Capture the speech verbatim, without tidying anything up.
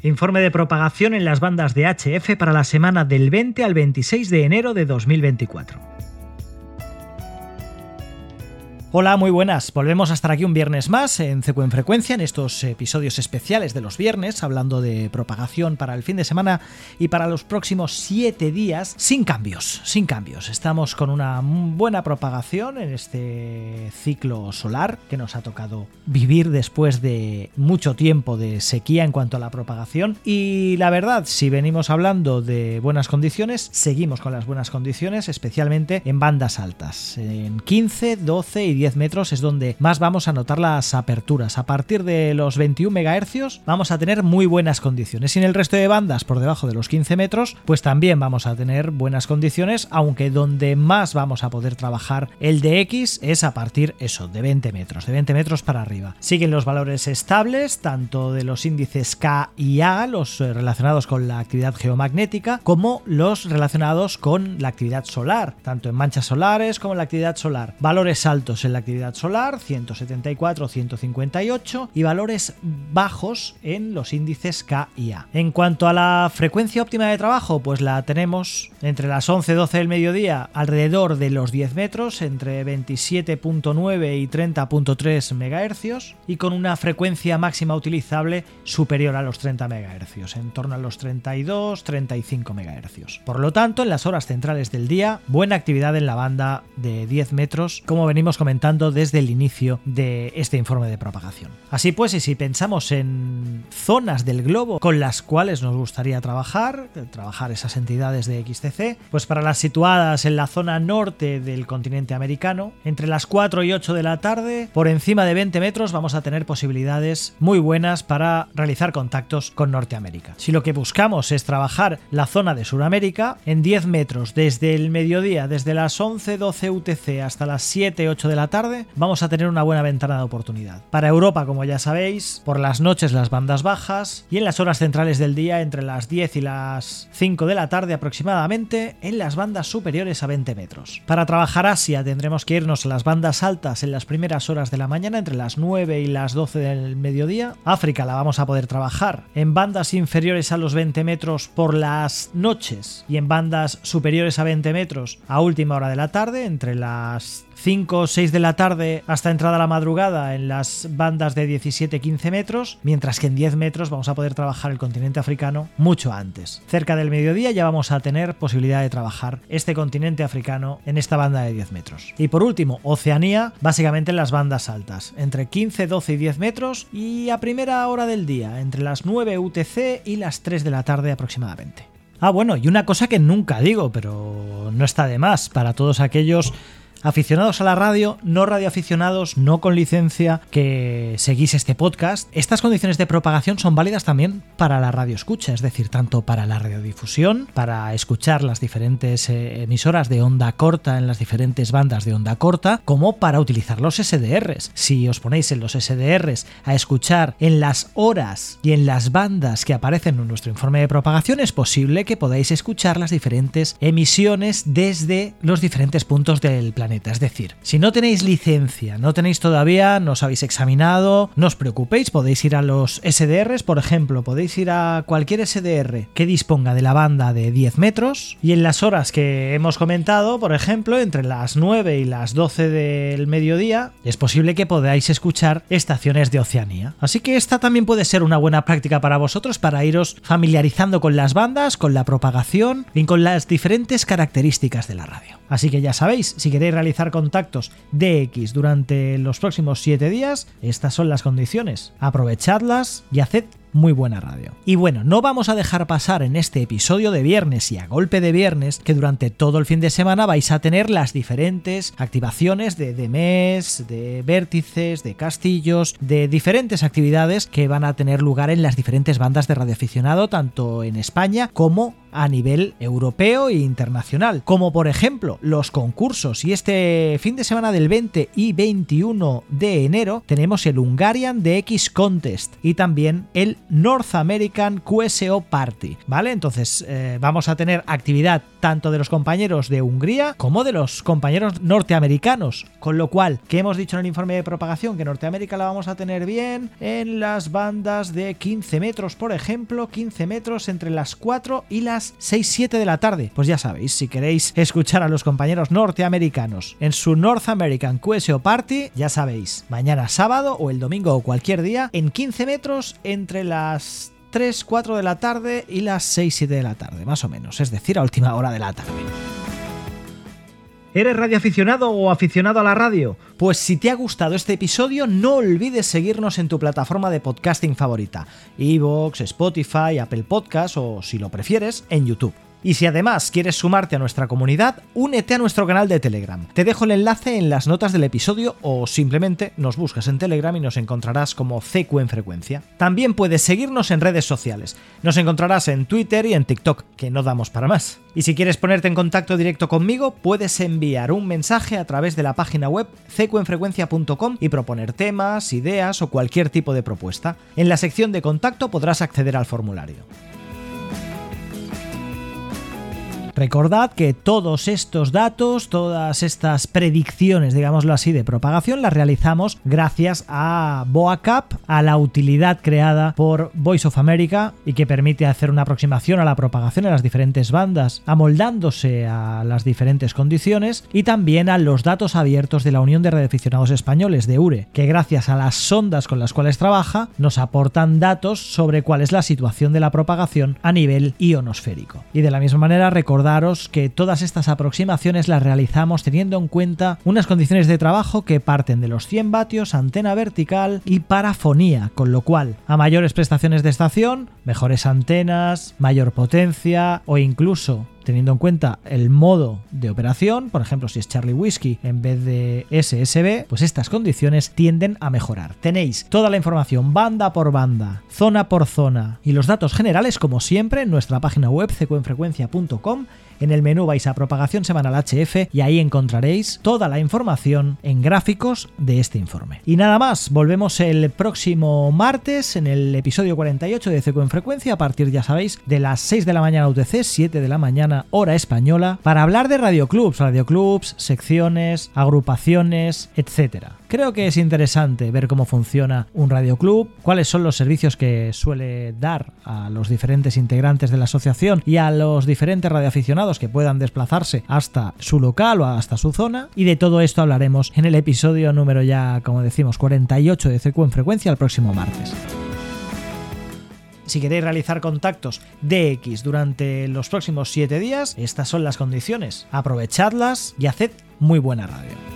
Informe de propagación en las bandas de H F para la semana del veinte al veintiséis de enero de dos mil veinticuatro. Hola, muy buenas. Volvemos a estar aquí un viernes más en C Q en Frecuencia, en estos episodios especiales de los viernes, hablando de propagación para el fin de semana y para los próximos siete días, sin cambios, sin cambios. Estamos con una buena propagación en este ciclo solar que nos ha tocado vivir después de mucho tiempo de sequía en cuanto a la propagación. Y la verdad, si venimos hablando de buenas condiciones, seguimos con las buenas condiciones, especialmente en bandas altas. En quince, doce y diez metros es donde más vamos a notar las aperturas. A partir de los veintiún megahercios vamos a tener muy buenas condiciones, y en el resto de bandas por debajo de los quince metros pues también vamos a tener buenas condiciones, aunque donde más vamos a poder trabajar el D X es a partir eso, de veinte metros, de veinte metros para arriba. Siguen los valores estables tanto de los índices K y A, los relacionados con la actividad geomagnética, como los relacionados con la actividad solar, tanto en manchas solares como en la actividad solar. Valores altos en la actividad solar, ciento setenta y cuatro, ciento cincuenta y ocho, y valores bajos en los índices K y A. En cuanto a la frecuencia óptima de trabajo, pues la tenemos entre las once y doce del mediodía alrededor de los diez metros, entre veintisiete punto nueve y treinta punto tres megahercios, y con una frecuencia máxima utilizable superior a los treinta megahercios, en torno a los treinta y dos, treinta y cinco megahercios. Por lo tanto, en las horas centrales del día, buena actividad en la banda de diez metros, como venimos comentando desde el inicio de este informe de propagación. Así pues, y si pensamos en zonas del globo con las cuales nos gustaría trabajar, trabajar esas entidades de X T C, pues para las situadas en la zona norte del continente americano, entre las cuatro y ocho de la tarde, por encima de veinte metros vamos a tener posibilidades muy buenas para realizar contactos con Norteamérica. Si lo que buscamos es trabajar la zona de Sudamérica, en diez metros desde el mediodía, desde las once doce U T C hasta las siete ocho de la tarde, vamos a tener una buena ventana de oportunidad. Para Europa, como ya sabéis, por las noches las bandas bajas, y en las horas centrales del día entre las diez y las cinco de la tarde aproximadamente en las bandas superiores a veinte metros. Para trabajar Asia tendremos que irnos a las bandas altas en las primeras horas de la mañana entre las nueve y las doce del mediodía. África la vamos a poder trabajar en bandas inferiores a los veinte metros por las noches y en bandas superiores a veinte metros a última hora de la tarde, entre las cinco o seis de la tarde hasta entrada a la madrugada en las bandas de diecisiete a quince metros, mientras que en diez metros vamos a poder trabajar el continente africano mucho antes. Cerca del mediodía ya vamos a tener posibilidad de trabajar este continente africano en esta banda de diez metros. Y por último, Oceanía, básicamente en las bandas altas, entre quince, doce y diez metros, y a primera hora del día, entre las nueve U T C y las tres de la tarde aproximadamente. Ah, bueno, y una cosa que nunca digo, pero no está de más, para todos aquellos aficionados a la radio, no radioaficionados, no con licencia, que seguís este podcast, estas condiciones de propagación son válidas también para la radioescucha, es decir, tanto para la radiodifusión, para escuchar las diferentes eh, emisoras de onda corta en las diferentes bandas de onda corta, como para utilizar los S D Rs. Si os ponéis en los S D Rs a escuchar en las horas y en las bandas que aparecen en nuestro informe de propagación, es posible que podáis escuchar las diferentes emisiones desde los diferentes puntos del planeta. Es decir, si no tenéis licencia, no tenéis todavía, no os habéis examinado, no os preocupéis, podéis ir a los S D Rs, por ejemplo, podéis ir a cualquier S D R que disponga de la banda de diez metros, y en las horas que hemos comentado, por ejemplo, entre las nueve y las doce del mediodía, es posible que podáis escuchar estaciones de Oceanía. Así que esta también puede ser una buena práctica para vosotros, para iros familiarizando con las bandas, con la propagación y con las diferentes características de la radio. Así que ya sabéis, si queréis realizar contactos D X durante los próximos siete días, estas son las condiciones. Aprovechadlas y haced muy buena radio. Y bueno, no vamos a dejar pasar en este episodio de viernes y a golpe de viernes que durante todo el fin de semana vais a tener las diferentes activaciones de D M E S, de vértices, de castillos, de diferentes actividades que van a tener lugar en las diferentes bandas de radioaficionado, tanto en España como a nivel europeo e internacional, como por ejemplo los concursos. Y este fin de semana del veinte y veintiuno de enero tenemos el Hungarian D X Contest y también el North American Q S O Party, ¿vale? Entonces eh, vamos a tener actividad tanto de los compañeros de Hungría como de los compañeros norteamericanos, con lo cual, ¿qué hemos dicho en el informe de propagación? Que Norteamérica la vamos a tener bien en las bandas de quince metros, por ejemplo, quince metros entre las cuatro y las seis siete de la tarde. Pues ya sabéis, si queréis escuchar a los compañeros norteamericanos en su North American Q S O Party, ya sabéis, mañana sábado o el domingo o cualquier día, en quince metros entre las tres cuatro de la tarde y las seis siete de la tarde, más o menos, es decir, a última hora de la tarde. ¿Eres radioaficionado o aficionado a la radio? Pues si te ha gustado este episodio, no olvides seguirnos en tu plataforma de podcasting favorita, iVoox, Spotify, Apple Podcasts o, si lo prefieres, en YouTube. Y si además quieres sumarte a nuestra comunidad, únete a nuestro canal de Telegram. Te dejo el enlace en las notas del episodio o simplemente nos buscas en Telegram y nos encontrarás como C Q en Frecuencia. También puedes seguirnos en redes sociales. Nos encontrarás en Twitter y en TikTok, que no damos para más. Y si quieres ponerte en contacto directo conmigo, puedes enviar un mensaje a través de la página web c q en frecuencia punto com y proponer temas, ideas o cualquier tipo de propuesta. En la sección de contacto podrás acceder al formulario. Recordad que todos estos datos, todas estas predicciones, digámoslo así, de propagación las realizamos gracias a BoACup, a la utilidad creada por Voice of America y que permite hacer una aproximación a la propagación en las diferentes bandas, amoldándose a las diferentes condiciones, y también a los datos abiertos de la Unión de Radioaficionados Españoles, de U R E, que gracias a las sondas con las cuales trabaja nos aportan datos sobre cuál es la situación de la propagación a nivel ionosférico. Y de la misma manera, recordad Recordaros que todas estas aproximaciones las realizamos teniendo en cuenta unas condiciones de trabajo que parten de los cien vatios, antena vertical y parafonía, con lo cual a mayores prestaciones de estación, mejores antenas, mayor potencia o incluso teniendo en cuenta el modo de operación, por ejemplo si es Charlie Whiskey en vez de S S B, pues estas condiciones tienden a mejorar. Tenéis toda la información banda por banda, zona por zona y los datos generales como siempre en nuestra página web c q en frecuencia punto com. En el menú vais a propagación semanal H F y ahí encontraréis toda la información en gráficos de este informe. Y nada más, volvemos el próximo martes en el episodio cuarenta y ocho de C Q en Frecuencia a partir, ya sabéis, de las seis de la mañana U T C, siete de la mañana hora española, para hablar de radioclubs, radioclubs, secciones, agrupaciones, etcétera. Creo que es interesante ver cómo funciona un radioclub, cuáles son los servicios que suele dar a los diferentes integrantes de la asociación y a los diferentes radioaficionados que puedan desplazarse hasta su local o hasta su zona, y de todo esto hablaremos en el episodio número ya, como decimos, cuarenta y ocho de C Q en Frecuencia el próximo martes. Si queréis realizar contactos D X durante los próximos siete días, estas son las condiciones. Aprovechadlas y haced muy buena radio.